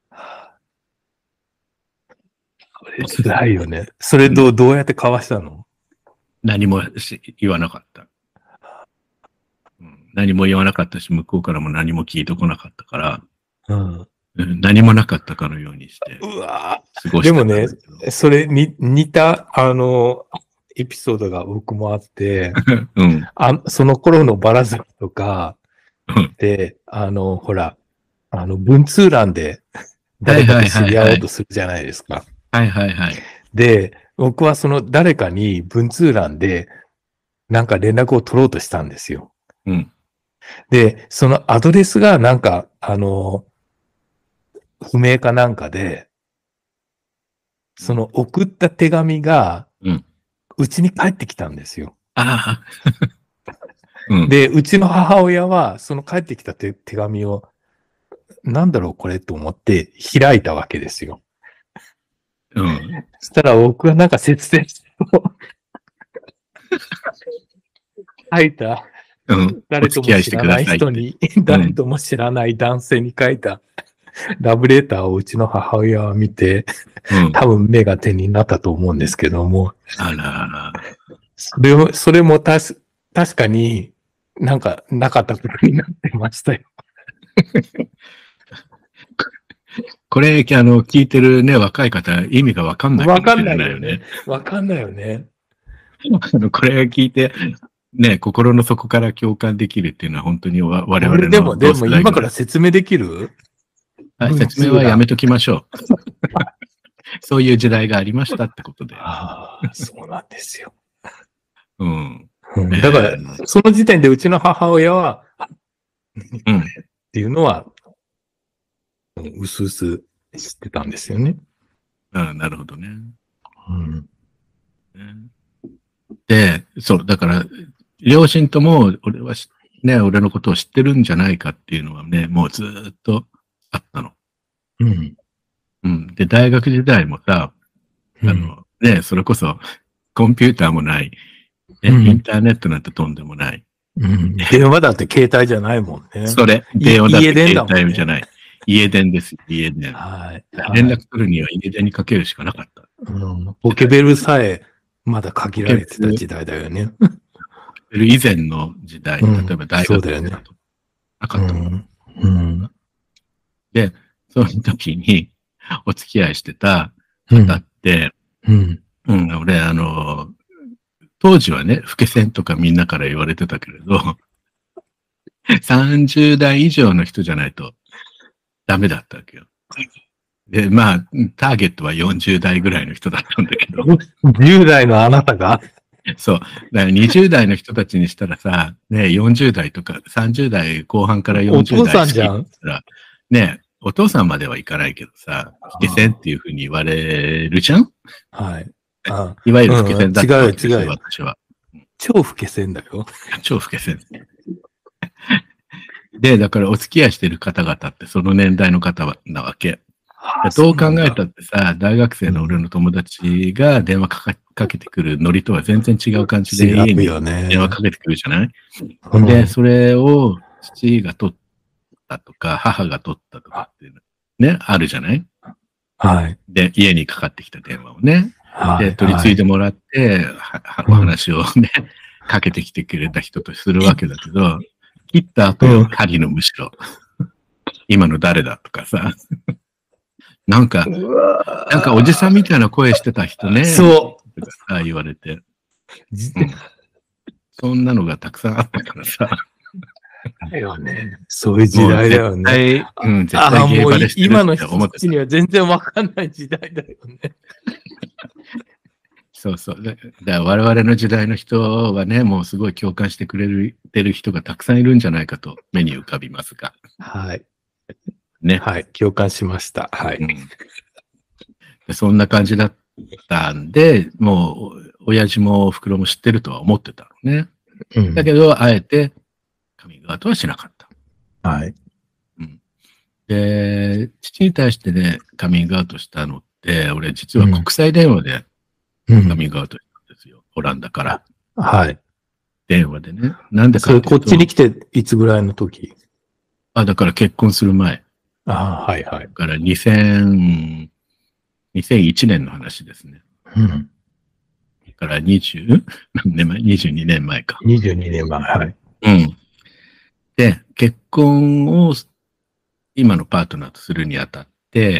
これ辛いよね。それどう、どうやってかわしたの？
何も言わなかった、うん。何も言わなかったし、向こうからも何も聞いてこなかったから、うん、何もなかったかのようにして、
うわ
過ごしてたんだけど。
でもね、それに似た、あの、エピソードが僕もあって、うん、あその頃のバラ族とかで、うん、あの、ほら、あの、文通欄で誰かと知り合おうとするじゃないですか。
はいはいはい。
で、僕はその誰かに文通欄でなんか連絡を取ろうとしたんですよ。
うん、
で、そのアドレスがなんか、あの、不明かなんかで、その送った手紙が、うちに帰ってきたんですよ。
あ
うん、で、うちの母親は、その帰ってきた 手, 手紙を、なんだろうこれと思って開いたわけですよ。
うん。
そしたら僕はなんか節電を書いた、
うん、
誰とも知らない人に、誰とも知らない男性に書いたラブレターをうちの母親は見て、うん、多分目が手になったと思うんですけども。
あら。
それを、それもたし、確かになんかなかったことになってましたよ。
これ、あの、聞いてるね、若い方、意味がわかんないかもしれないよね。
わかんないよね。
あの、これを聞いて、ね、心の底から共感できるっていうのは本当に我々の。
でも、でも今から説明できる？
はい、説明はやめときましょう。そういう時代がありましたってことで。
ああ、そうなんですよ。
うん。
うん、だから、えー、その時点でうちの母親は、うん、っていうのは、うすうす知ってたんですよね。
ああ、なるほどね。
うん、
で、そう、だから、両親とも、俺はね、俺のことを知ってるんじゃないかっていうのはね、もうずっとあったの。
うん。
うん。で、大学時代もさ、あの、うん、ね、それこそ、コンピューターもない、ね、うん、インターネットなんてとんでもない。
うん、電話だって携帯じゃないもんね。
それ、電話だって携帯じゃない。家電です。家電。
はい。
連絡するには家電にかけるしかなかった。
うん、ポケベルさえまだ限られてた時代だよね。
ポケベル以前の時代、例えば大学だとなかったもん。
うん、
で、その時にお付き合いしてた方って、
うん
うんうん、俺、あの、当時はね、老け線とかみんなから言われてたけれど、さんじゅう代以上の人じゃないとダメだったわけよ。 で、まあ、ターゲットはよんじゅう代ぐらいの人だったんだけど。
じゅう代のあなたが
そう。だからにじゅう代の人たちにしたらさ、ね、よんじゅう代とかさんじゅう代後半からよんじゅう代
お父さんじゃん。
ね、お父さんまではいかないけどさ、老けせんっていうふうに言われるじゃん。
はい。あ
いわゆる老けせんだったわけですよ、
うん違う違う
私は。
超老けせんだよ。
超老けせん。で、だからお付き合いしてる方々ってその年代の方なわけ。どう考えたってさ、大学生の俺の友達が電話かかかけてくるノリとは全然違う感じで家に電話かけてくるじゃない、うん、で、それを父が取ったとか、母が取ったとかっていうのね、あるじゃない
はい。
で、家にかかってきた電話をね。
はい、
で、取り継いでもらって、はい、お話をね、うん、かけてきてくれた人とするわけだけど、切った後よ、針のむしろ。今の誰だとかさ。なんか、なんかおじさんみたいな声してた人ね。
そう。
とかさ、言われて、うん。そんなのがたくさんあったからさ。
だよね。そういう時代だよね。
絶対、うん、絶対ゲーバレしてるって思ってた。
今の人たちには全然わかんない時代だよね。
そうそう。だから我々の時代の人はね、もうすごい共感してくれてる人がたくさんいるんじゃないかと目に浮かびますが。
はい。
ね。
はい。共感しました。はい。うん、
でそんな感じだったんで、もう、親父もお袋も知ってるとは思ってたのね。うん、だけど、あえて、カミングアウトはしなかった。
はい。
うん。で、父に対してね、カミングアウトしたのって、俺実は国際電話でカミングアウトしたんですよ。うん、オランダから。
はい。
電話でね。なんでかっていうと。
それこっちに来ていつぐらいの時？
あ、だから結婚する前。
ああ、はいはい。
だからにせん、にせんいちねんの話ですね。
うん。
だからにじゅう何年前 ?にじゅうにねんまえか。
にじゅうにねんまえ。はい。
うん。で、結婚を今のパートナーとするにあたって、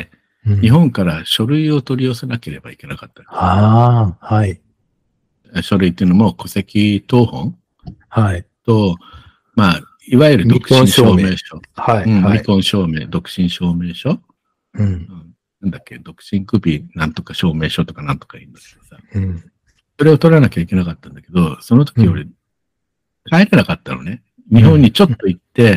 うん、日本から書類を取り寄せなければいけなかった。
ああ、はい。
書類っていうのも戸籍謄本
はい。
と、まあ、いわゆる独身証明書。
はい、
うん。
はい。
離婚証明、独身証明書。
うん。うん、
なんだっけ、独身首なんとか証明書とかなんとか言うんだけどさ。
うん。
それを取らなきゃいけなかったんだけど、その時俺、うん、帰れなかったのね。日本にちょっと行って、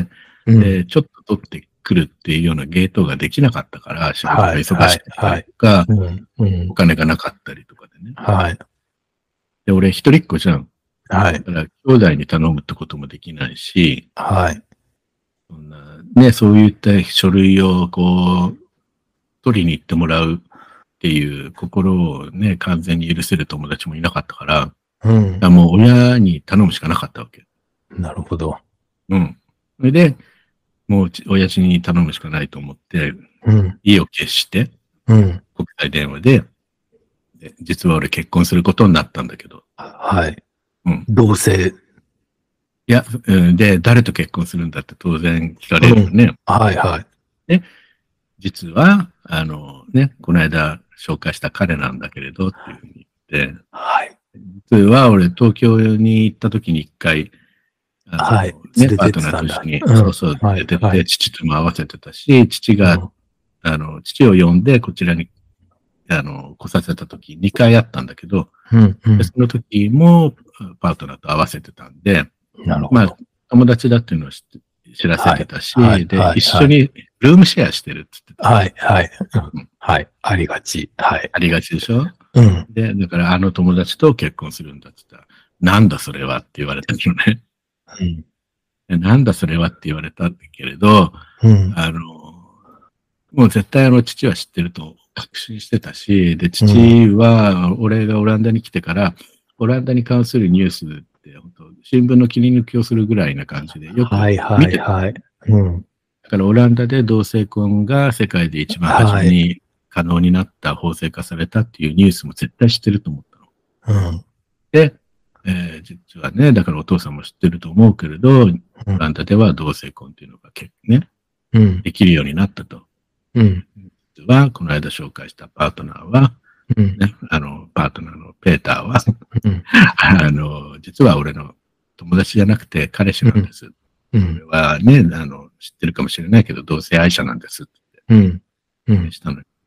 うん、で、ちょっと取ってくるっていうようなゲートができなかったから、仕事が忙しかったりとか、お金がなかったりとかでね。
はい。
で、俺一人っ子じゃん。
はい。
だから兄弟に頼むってこともできないし、
はい。
そんな、ね、そういった書類をこう、取りに行ってもらうっていう心をね、完全に許せる友達もいなかったから、
うん。
からもう親に頼むしかなかったわけ。
なるほど。
うん。それで、もう親父に頼むしかないと思って、
うん。
意を決して、
うん。
国際電話で、で実は俺結婚することになったんだけど。
はい。
うん。
同性。
いや、うん、で、誰と結婚するんだって当然聞かれるよね。
うん、はいはい。
で、実は、あのね、この間紹介した彼なんだけれどっていうふうに言って、
はい。
実は俺東京に行った時に一回、
はい。
ね、パートナーと一緒に、うん、そうそう、出てて、はい、父とも合わせてたし、父が、うん、あの、父を呼んでこちらに、あの、来させた時にかいあったんだけど、
うんうん、
でその時もパートナーと合わせてたんで、
なるほど。
まあ、友達だっていうのを知って知らせてたし、
はいはい、
で、
はい、
一緒にルームシェアしてるって言ってた。
はい、はい、うん。はい。ありがち。はい。
ありがちでしょ
うん。
で、だからあの友達と結婚するんだって言ったら、なんだそれはって言われたのね。
うん。
なんだそれはって言われたんだけれど、
うん、
あの、もう絶対あの父は知ってると確信してたし、で、父は俺がオランダに来てから、オランダに関するニュースって本当新聞の切り抜きをするぐらいな感じでよく見てた。
はいはいはい。うん。
だからオランダで同性婚が世界で一番初めに可能になった、法制化されたっていうニュースも絶対知ってると思った
の。うん。
で、えー、実はね、だからお父さんも知ってると思うけれど、オランダでは同性婚っていうのが結構ね、
うん、
できるようになったと。
うん。
実は、この間紹介したパートナーは、
うん
ね、あの、パートナーのペーターは、
うん、
あの、実は俺の友達じゃなくて彼氏なんです。
うん。
俺はね、あの、知ってるかもしれないけど、同性愛者なんですって
言って、
うん。うん。したの。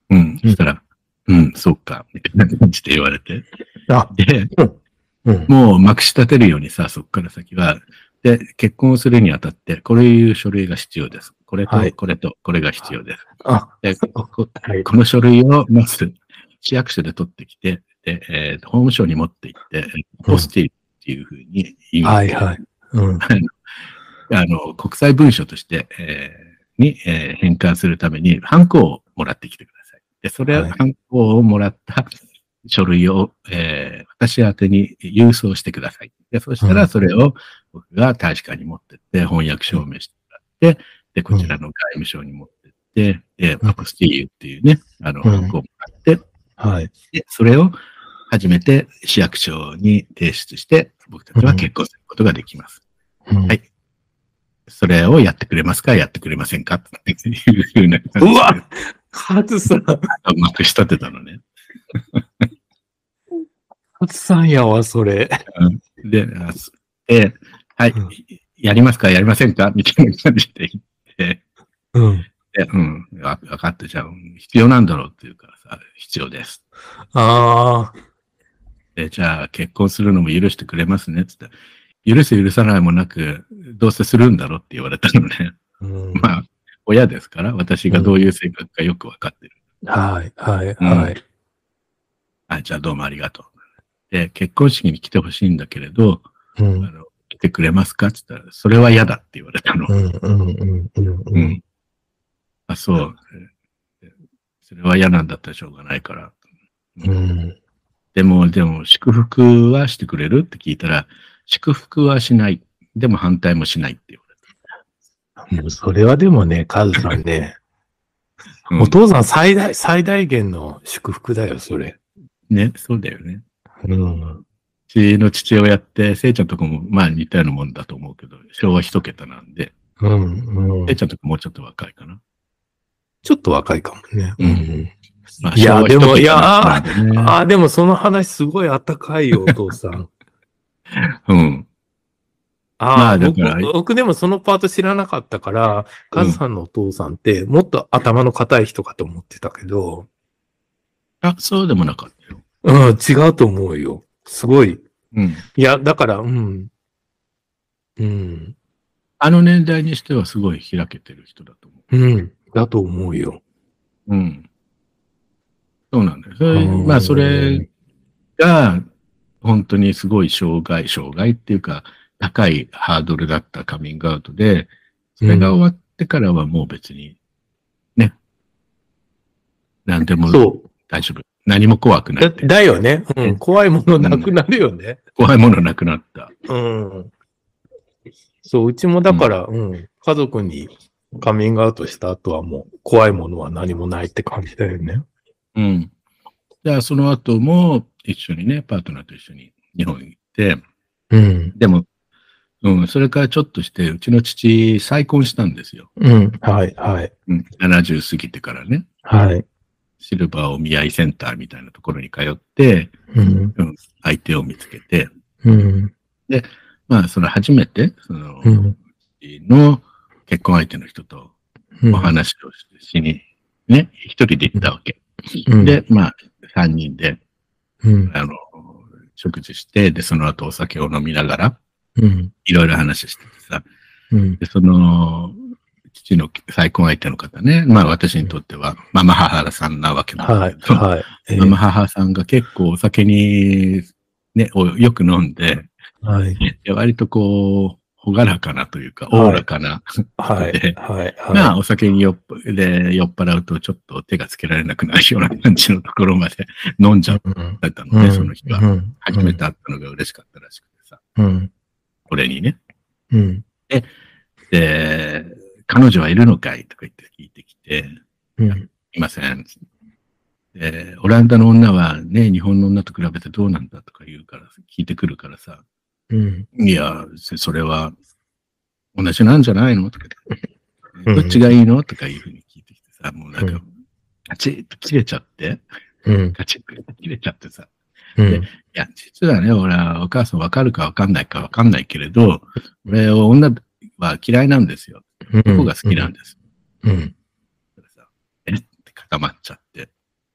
うん。そしたら、うん、そうか、みたいな感じで言われて。
あ、
で、
うん。
もうまくし立てるようにさ、そこから先は、で、結婚をするにあたって、こういう書類が必要です。これと、
はい
これと、これが必要です。
あ、
でこ
はい。
この書類をまず市役所で取ってきて、で、えー法務省に持って行って、ポスティっていうふうに言うんですけど、
はいはい。うん。
あの、国際文書として、えーに、えー返還するために、ハンコをもらってきてください。で、それ、
はい
ハンコをもらった書類を、えー私宛てに郵送してください。で、そしたらそれを僕が大使館に持ってって、翻訳証明してもらって、で、こちらの外務省に持ってって、で、アポスティーユっていうね、あの、
うん
ハンコをもらって、
はい。
で、それを初めて市役所に提出して、僕たちは結婚することができます。
うん
はい。それをやってくれますかやってくれませんかっていうふうな感じで。
うわカズさん、
うまく仕立てたのね。
カズさんやわ、それ。
で、あすで、はい、
うん
やりますかやりませんかみたいな感じで言って、
うん。
で、うん、わわかった、じゃあ、うん必要なんだろうって言うからさ、必要です。
ああ。
で、じゃあ、結婚するのも許してくれますねって言ったら、許す許さないもなく、どうせするんだろうって言われたのね。
うん、
まあ、親ですから、私がどういう性格かよくわかってる。
はい、はい、
うん
はい。
あ、じゃあどうもありがとう。で、結婚式に来てほしいんだけれど、
うん。
あの、来てくれますかって言ったら、それは嫌だって言われたの。
うん、うん、うん、うん。
う
うん
ん。あ、そう。それは嫌なんだったらしょうがないから。
うん。
でも、でも、祝福はしてくれるって聞いたら、祝福はしない。でも反対もしないって言われ
もうそれはでもね、カズさんね、
た。うん
お父さん最大、最大限の祝福だよ、それ。
ね、そうだよね。
うん。
うちの父親って、せいちゃんとこも、まあ似たようなもんだと思うけど、昭和一桁なんで、
うん、うん
せい。ちゃんとこもうちょっと若いかな。
ちょっと若いかもね。
うん
うん。
まあ、
いや
昭和
でもいや
一桁なんでね。
ああ、でもその話すごいあったかいよ、お父さん。
うん。
ああ、
まあだから
僕、僕でもそのパート知らなかったから、カズさんのお父さんってもっと頭の固い人かと思ってたけど、
あ、そうでもなかったよ。
うん、違うと思うよ。すごい。
うん。
いや、だから、うん。うん。
あの年代にしてはすごい開けてる人だと思
うん。だと思うよ。
う。うん。そうなんだよ。それ
うん
まあ、それが、本当にすごい障害、障害っていうか、高いハードルだったカミングアウトで、それが終わってからはもう別に、ね。何でも
そ
大丈夫。何も怖く
う。だ
ないって。
だよね。うん。怖いものなくなるよね。
怖いものなくなった。
うん。そう、うちもだから、うん、家族にカミングアウトした後はもう怖いものは何もないって感じだよね。
うん。じゃあ、その後も一緒にね、パートナーと一緒に日本に行って、
うん。
でも、うん、それからちょっとして、うちの父、再婚したんですよ。
うん。はい、はい。
うん、ななじゅう過ぎてからね、
はい。
シルバーお見合いセンターみたいなところに通って、
うん。
うん、相手を見つけて、
うん。
まあ、その初めて、その、
うん。
の結婚相手の人と
うん
お話をしに、ね、一人で行ったわけ。
うん、
で、まあ、三人で、
うん。
あの、食事して、で、その後お酒を飲みながら、
うん。
いろいろ話しててさ、
うん。
で、その、父の再婚相手の方ね、まあ私にとっては、ママ母さんなわけなん
はい、
だけど、
はい。えー
ママ母さんが結構お酒に、ね、をよく飲んで、
はい。
で割とこう、ほがらかなというか、おおらかな、
はい。
で
はい。はい。
まあお酒に酔っで酔っ払うとちょっと手がつけられなくなるような感じのところまで飲んじゃっ
うん。
たので、その日は。
うん。
初めて会ったのが嬉しかったらしくてさ、
うん。
俺にね。
うん。
で、彼女はいるのかいとか言って聞いてきて、
うん。
いません。で、オランダの女はね、日本の女と比べてどうなんだとか言うから、聞いてくるからさ、
うん。
いや、それは同じなんじゃないのとか言って、
うん
どっちがいいのとかいうふうに聞いてきてさ、もうなんか
うん、
カチッと切れちゃって、
うん。
カチッと切れちゃってさ、
うん。
いや、実はね、俺はお母さんわかるかわかんないかわかんないけれど、俺、女は嫌いなんですよ。男が好きなんです。
うん。
えって固まっちゃって。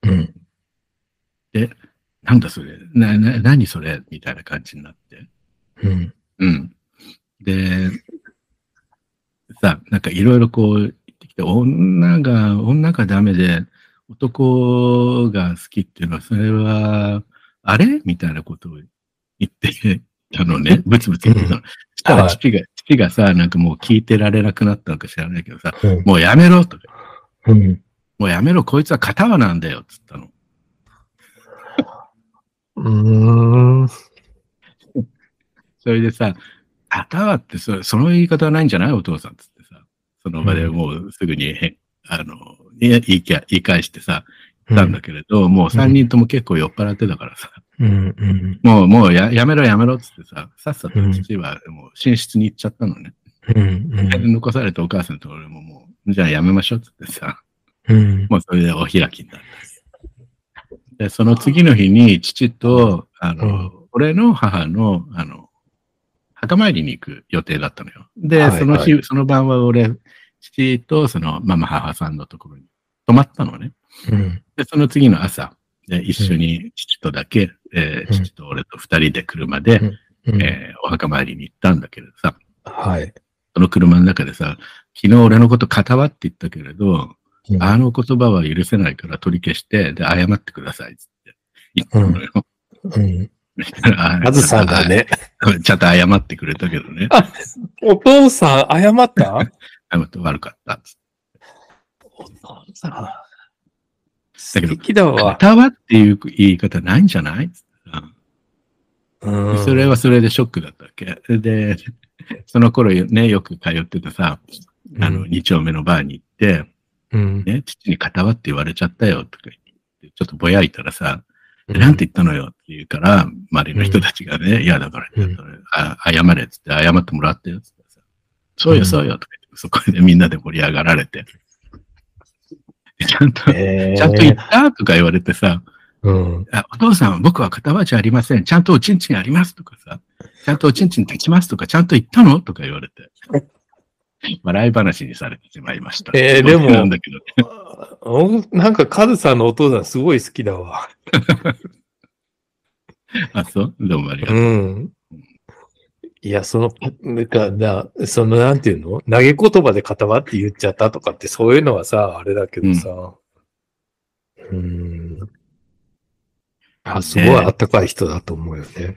うん。
で、なんだそれ、な、な、何それみたいな感じになって。
うん。
うん。で、さ、なんかいろいろこう言ってきて、女が、女がダメで、男が好きっていうのは、それは、あれみたいなことを言ってたのね。ブツブツ言ってたの。そしたら父が、父がさ、なんかもう聞いてられなくなったのか知らないけどさ、
うん、
もうやめろとか。
うん、
もうやめろ、こいつは片輪なんだよ、つったの。
うーん。
それでさ、片輪ってそ、その言い方はないんじゃないお父さんつってさ、その場でもうすぐに、へあの、言い言い言い返してさ、言ったんだけれど、もう三人とも結構酔っ払ってたからさ、
うん、うん、
もう、もうややめろやめろっつってさ、さっさと父はもう寝室に行っちゃったのね。
うん、
残されたお母さんと俺ももう、じゃあやめましょうっつってさ、
うん、
もうそれでお開きになった。で、その次の日に父と、あの、
うん
俺の母の、あの、墓参りに行く予定だったのよ。で、
はい
その日、
はい
その晩は俺、父とそのママ母さんのところに泊まったのね。
うん、
で、その次の朝、で一緒に父とだけ、えー
うん
父と俺と二人で車で、
うん、
えーお墓参りに行ったんだけれどさ、
はい。
その車の中でさ、昨日俺のこと片輪って言ったけれど、
うん
あの言葉は許せないから取り消して、で、謝ってくださいっつって言ったのよ。
うん。
あ
あずさんだね。
ちゃんと謝ってくれたけどね。
あ、お父さん謝った
謝って悪かったっつって。
お父さん。
だ
素
けど
敵だわ。
片輪っていう言い方ないんじゃないっつってさ
うん
それはそれでショックだったわけ。で、その頃ね、よく通ってたさ、あの、
うん
二丁目のバーに行って、
うん。
ね、父に片輪って言われちゃったよとか言って、ちょっとぼやいたらさ、
うん
なんて言ったのよって言うから、周りの人たちがね、いやだから、
うん
あ謝れっつって謝ってもらってよっつってさ、そうよそうよとか言って、そこでみんなで盛り上がられて、ちゃんと、
えー
ちゃんと言ったとか言われてさ、
うん。
あお父さん、僕は片輪じゃありません。ちゃんとおちんちんありますとかさ、ちゃんとおちんちん立ちますとか、ちゃんと言ったのとか言われて、笑い話にされてしまいました。
えーでも
なんだけどね。
おなんかカズさんのお父さんすごい好きだわ。
あ、そうどうもありがとう。
うん。いや、その、なんか、な、その、なんていうの投げ言葉で片輪って言っちゃったとかって、そういうのはさ、あれだけどさ。うん。あ、すごいあったかい人だと思うよね。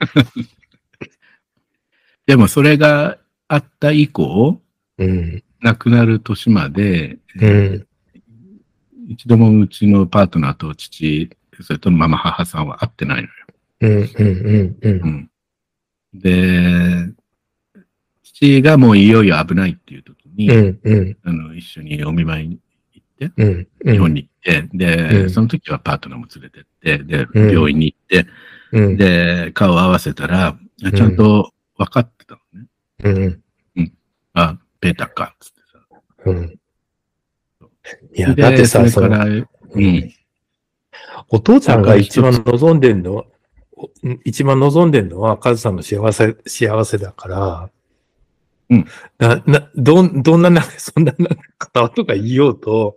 でもそれがあった以降、
うん。
亡くなる年まで、
うん。
一度もうちのパートナーと父、それとママ母さんは会ってないのよ。
うん、うん、うん、う。
うんん。で、父がもういよいよ危ないっていう時に、
うん、うん、
あの、一緒にお見舞いに行って、
うん。
日本に行って、で、
うん
その時はパートナーも連れてって、で、
うん
病院に行って、
うん。
で、顔を合わせたら、あちゃんと分かってたのね。
うん、
あ、ペーターか、つってさ。
うん。いや、
で
だってさ、その
それから、うん。
お父さんが一番望んでんの、お一番望んでんのは、カズさんの幸せ、幸せだから、
うん。
な、な、どん、どんな、なんか、そんな、なんか、片輪とか言おうと、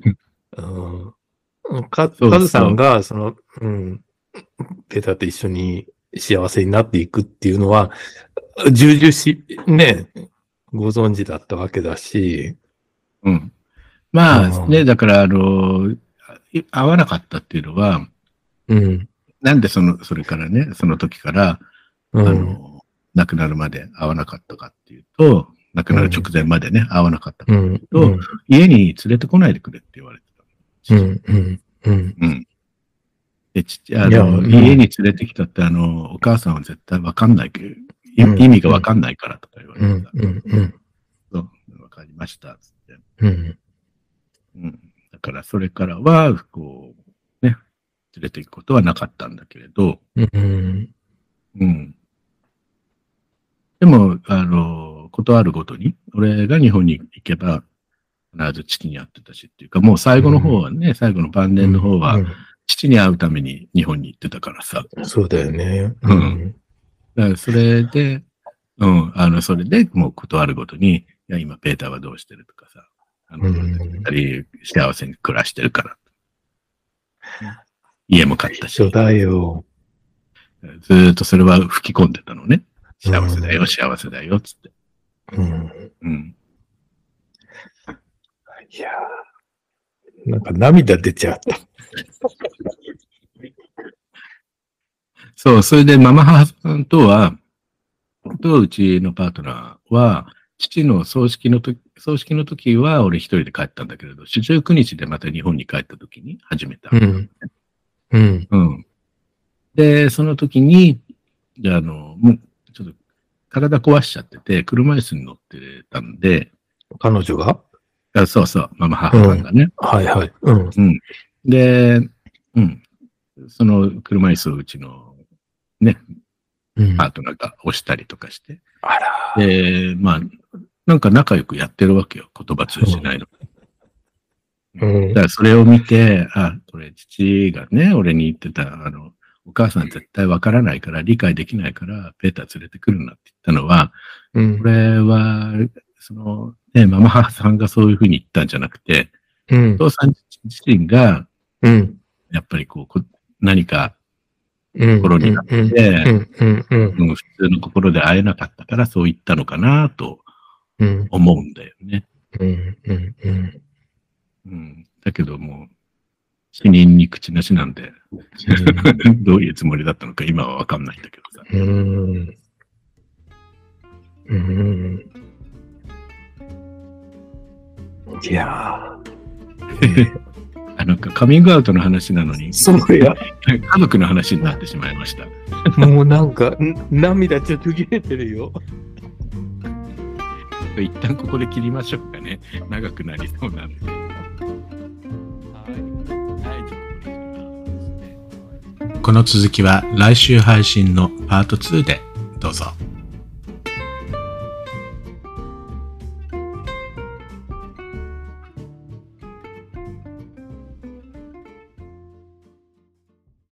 うん。か、
そう
カズさんが、その、うん、ペーターと一緒に幸せになっていくっていうのは、重々し、ね、ご存知だったわけだし、
うん。まあ、
うん
ね、だから、あの、い合わなかったっていうのは、
うん、
なんでその、それからね、その時から、あ
うん、
の、亡くなるまで会わなかったかっていうと、亡くなる直前までね、会わなかったか
うん、
と
うん、
家に連れてこないでくれって言われてた。
うん、うん、うん。
うん。で、父、あの、
いやうん
家に連れてきたって、あの、お母さんは絶対わかんないけど、い
うん
意味がわかんないからとか言われ
うん、
てた。
うん、うん、
そう、わかりました、つって。
うん。
うん。だから、それからは、こう、ね、連れて行くことはなかったんだけれど、
うん、
うん。でも、あの、ことあるごとに、俺が日本に行けば、必ず父に会ってたしっていうか、もう最後の方はね、最後の晩年の方は、
うん
父に会うために日本に行ってたからさ。
そうだよね。
うんだからそれで、うん、あの、それでもうことあるごとに、いや、今、ペーターはどうしてるとかさ、あの、
うん
二人幸せに暮らしてるから。 家も買ったし。
そうだよ。
ずーっとそれは吹き込んでたのね。幸せだよ、幸せだよ、つって。
うん。
うん。
いやー、なんか涙出ちゃった。
そう、それでママ母さんとは、とうちのパートナーは、父の葬式の時、葬式の時は俺一人で帰ったんだけれど、四十九日でまた日本に帰った時に始めた。
うん。うん。
うん。で、その時に、じゃあ、あの、もう、ちょっと、体壊しちゃってて、車椅子に乗ってたんで。
彼女が
あそうそう、ママ母さんがね、
うん。はいはい。うん。
うん。で、うん。その車椅子をうちの、ね、うん、パートナーが押したりとかして。
あら。
で、まあ、なんか仲良くやってるわけよ。言葉通じないの。うん。だからそれを見て、あ、これ父がね、俺に言ってた、あの、お母さん絶対わからないから、理解できないから、ペーター連れてくるなって言ったのは、うん、これは、その、ね、ママ母さんがそういうふうに言ったんじゃなくて、うん、お父さん自身が、うん、やっぱりこう、何か、心になって、普通の心で会えなかったから、そう言ったのかなと思うんだよね。
うんうんうん
うん、だけども、死人に口なしなんで、うん、どういうつもりだったのか今はわかんないんだけどさ。
うん。うん。いや
ー。あの、カミングアウトの話なのに、
そうや。
家族の話になってしまいました。
もうなんか、涙ちょっと切れてるよ。
一旦ここで切りましょうかね。長くなりそうなんで。この続きは来週配信のパートツーでどうぞ。